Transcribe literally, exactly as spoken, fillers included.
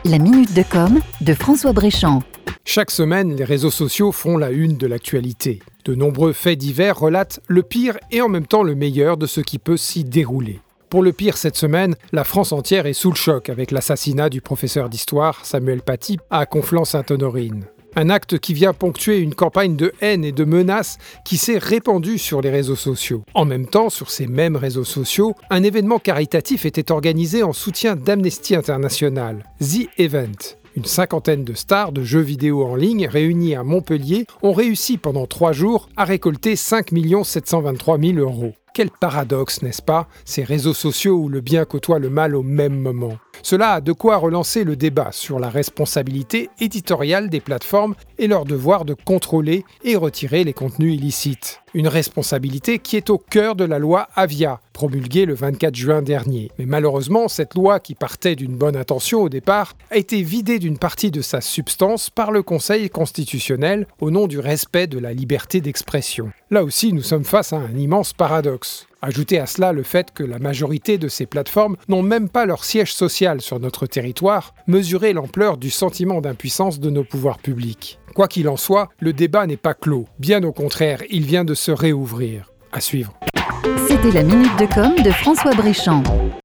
La minute de com de François Bréchamp. Chaque semaine, les réseaux sociaux font la une de l'actualité. De nombreux faits divers relatent le pire et en même temps le meilleur de ce qui peut s'y dérouler. Pour le pire cette semaine, la France entière est sous le choc avec l'assassinat du professeur d'histoire Samuel Paty à Conflans-Sainte-Honorine. Un acte qui vient ponctuer une campagne de haine et de menaces qui s'est répandue sur les réseaux sociaux. En même temps, sur ces mêmes réseaux sociaux, un événement caritatif était organisé en soutien d'Amnesty International, The Event. Une cinquantaine de stars de jeux vidéo en ligne réunies à Montpellier ont réussi pendant trois jours à récolter cinq millions sept cent vingt-trois mille euros. Quel paradoxe, n'est-ce pas, ces réseaux sociaux où le bien côtoie le mal au même moment. Cela a de quoi relancer le débat sur la responsabilité éditoriale des plateformes et leur devoir de contrôler et retirer les contenus illicites. Une responsabilité qui est au cœur de la loi Avia, promulguée le vingt-quatre juin dernier. Mais malheureusement, cette loi, qui partait d'une bonne intention au départ, a été vidée d'une partie de sa substance par le Conseil constitutionnel au nom du respect de la liberté d'expression. Là aussi, nous sommes face à un immense paradoxe. Ajoutez à cela le fait que la majorité de ces plateformes n'ont même pas leur siège social sur notre territoire, mesurez l'ampleur du sentiment d'impuissance de nos pouvoirs publics. Quoi qu'il en soit, le débat n'est pas clos. Bien au contraire, il vient de se réouvrir. À suivre. C'était la minute de com de François Bréchamp.